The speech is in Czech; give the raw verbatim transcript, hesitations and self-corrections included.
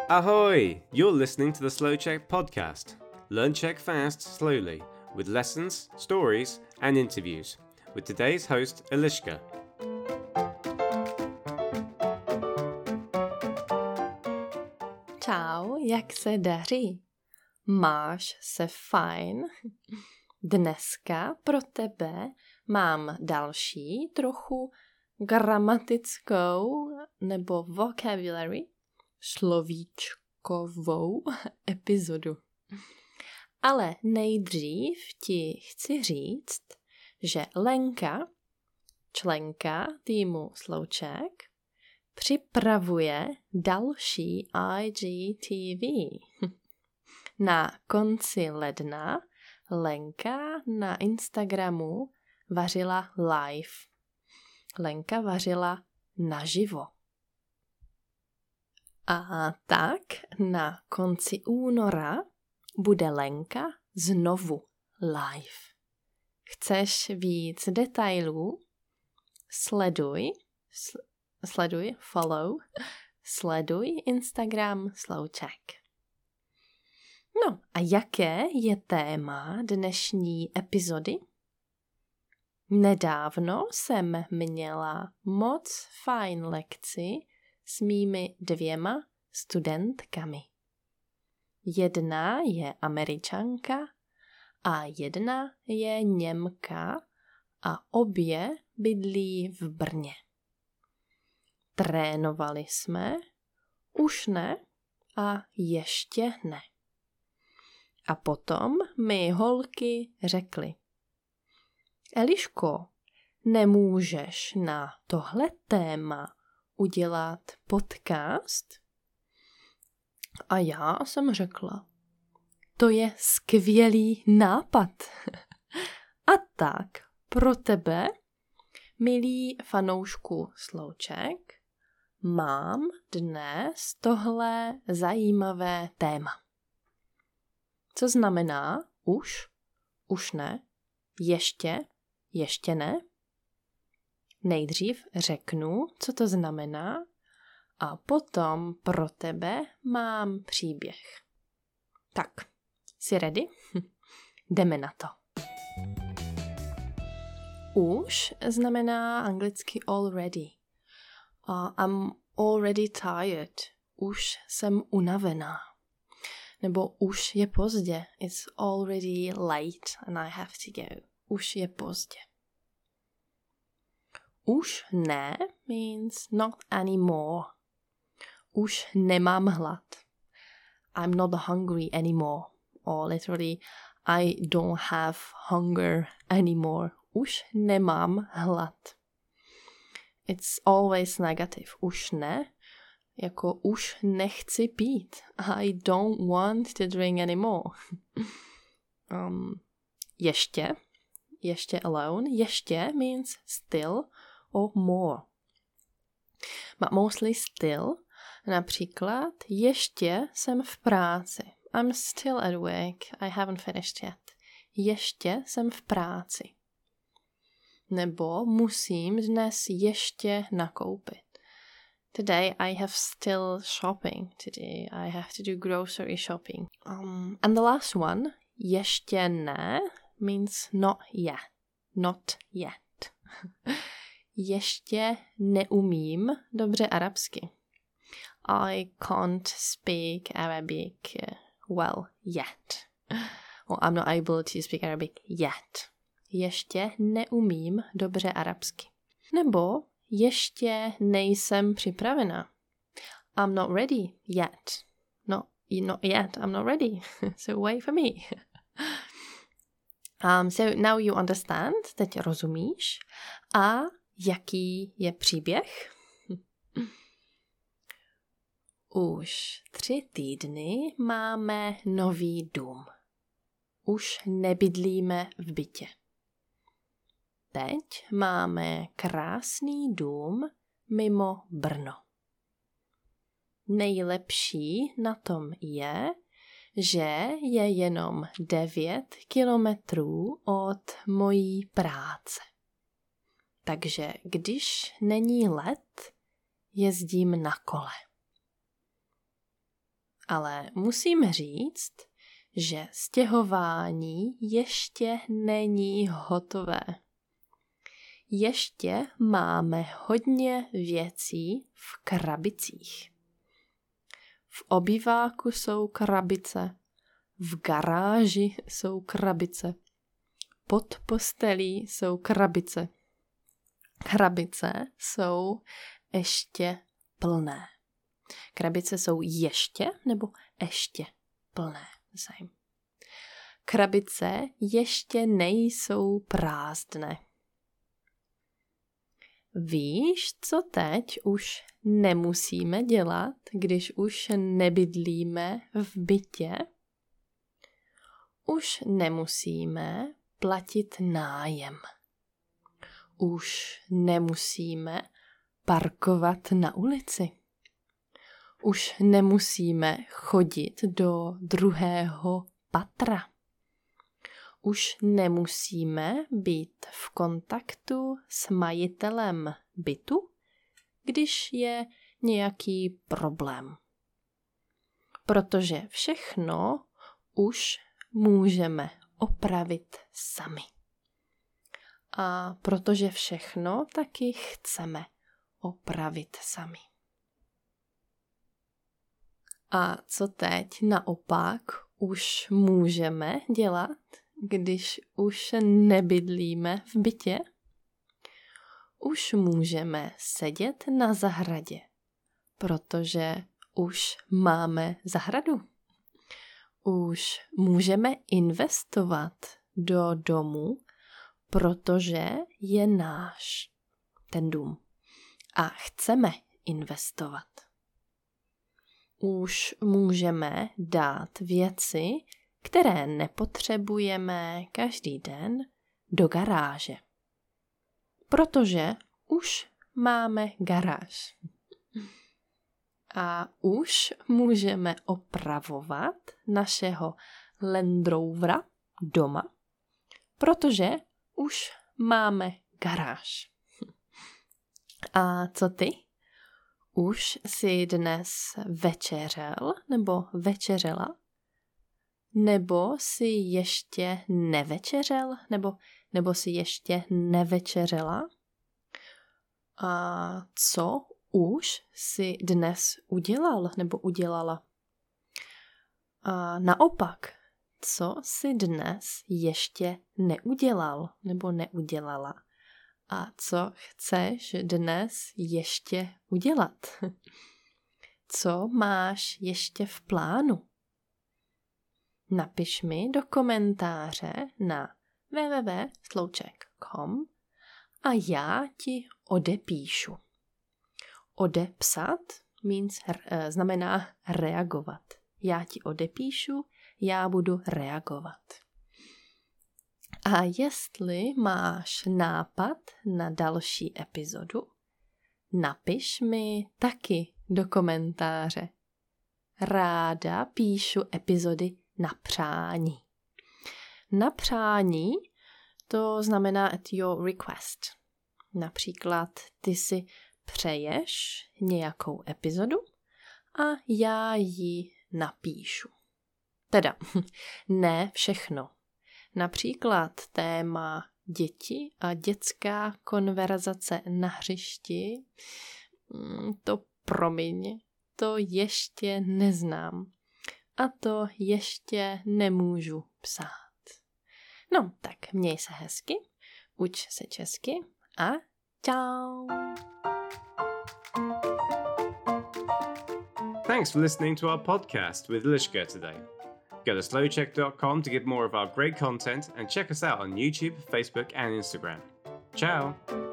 Ahoy! You're listening to the Slow Czech podcast. Learn Czech fast, slowly, with lessons, stories, and interviews. With today's host, Eliška. Čau, jak se daří? Máš se fajn? Dneska pro tebe mám další trochu gramatickou nebo vocabulary, slovíčkovou epizodu. Ale nejdřív ti chci říct, že Lenka, členka týmu Slow Czech, připravuje další I G T V. Na konci ledna Lenka na Instagramu vařila live. Lenka vařila naživo. A tak na konci února bude Lenka znovu live. Chceš víc detailů? Sleduj, sl- sleduj, follow, sleduj Instagram Slow Czech. No a jaké je téma dnešní epizody? Nedávno jsem měla moc fajn lekci s mými dvěma studentkami. Jedna je Američanka a jedna je Němka a obě bydlí v Brně. Trénovali jsme, už ne a ještě ne. A potom mi holky řekly: Eliško, nemůžeš na tohle téma udělat podcast? A já jsem řekla: to je skvělý nápad. A tak pro tebe, milý fanoušku Slow Czech, mám dnes tohle zajímavé téma. Co znamená už, už ne, ještě, ještě ne? Nejdřív řeknu, co to znamená, a potom pro tebe mám příběh. Tak, jsi ready? Jdeme na to. Už znamená anglicky already. Uh, I'm already tired. Už jsem unavená. Nebo už je pozdě. It's already late and I have to go. Už je pozdě. Už ne means not anymore. Už nemám hlad. I'm not hungry anymore. Or literally, I don't have hunger anymore. Už nemám hlad. It's always negative. Už ne. Jako už nechci pít. I don't want to drink anymore. um, ještě. Ještě alone. Ještě means still or more. But mostly still. Například ještě jsem v práci. I'm still at work. I haven't finished yet. Ještě jsem v práci. Nebo musím dnes ještě nakoupit. Today I have still shopping. Today I have to do grocery shopping. Um, and the last one, ještě ne, means not yet. Not yet. Ještě neumím dobře arabsky. I can't speak Arabic well yet. Or I'm not able to speak Arabic yet. Ještě neumím dobře arabsky. Nebo ještě nejsem připravena. I'm not ready yet. No, not yet. I'm not ready. So wait for me. um, so now you understand. Teď rozumíš. A jaký je příběh? Už tři týdny máme nový dům. Už nebydlíme v bytě. Teď máme krásný dům mimo Brno. Nejlepší na tom je, že je jenom devět kilometrů od mojí práce. Takže když není let, jezdím na kole. Ale musím říct, že stěhování ještě není hotové. Ještě máme hodně věcí v krabicích. V obýváku jsou krabice, v garáži jsou krabice, pod postelí jsou krabice. Krabice jsou ještě plné. Krabice jsou ještě nebo ještě plné. Same. Krabice ještě nejsou prázdné. Víš, co teď už nemusíme dělat, když už nebydlíme v bytě? Už nemusíme platit nájem. Už nemusíme parkovat na ulici. Už nemusíme chodit do druhého patra. Už nemusíme být v kontaktu s majitelem bytu, když je nějaký problém. Protože všechno už můžeme opravit sami. A protože všechno taky chceme opravit sami. A co teď naopak už můžeme dělat, když už nebydlíme v bytě? Už můžeme sedět na zahradě, protože už máme zahradu. Už můžeme investovat do domu, protože je náš ten dům. A chceme investovat. Už můžeme dát věci, které nepotřebujeme každý den, do garáže. Protože už máme garáž. A už můžeme opravovat našeho Land Rovera doma, protože už máme garáž. A co ty? Už jsi dnes večeřel nebo večeřela? Nebo jsi ještě nevečeřel? Nebo, nebo jsi ještě nevečeřela? A co už jsi dnes udělal nebo udělala? A naopak, co jsi dnes ještě neudělal nebo neudělala? A co chceš dnes ještě udělat? Co máš ještě v plánu? Napiš mi do komentáře na w w w tečka slouček tečka com a já ti odepíšu. Odepsat means, uh, znamená reagovat. Já ti odepíšu, já budu reagovat. A jestli máš nápad na další epizodu, napiš mi taky do komentáře. Ráda píšu epizody na přání. Na přání to znamená at your request. Například ty si přeješ nějakou epizodu a já ji napíšu. Teda, ne všechno. Například téma děti a dětská konverzace na hřišti, to promiň, to ještě neznám. A to ještě nemůžu psát. No, tak měj se hezky, uč se česky a čau. Thanks for listening to our podcast with Liška today. Go to slowcheck dot com to get more of our great content and check us out on YouTube, Facebook and Instagram. Ciao!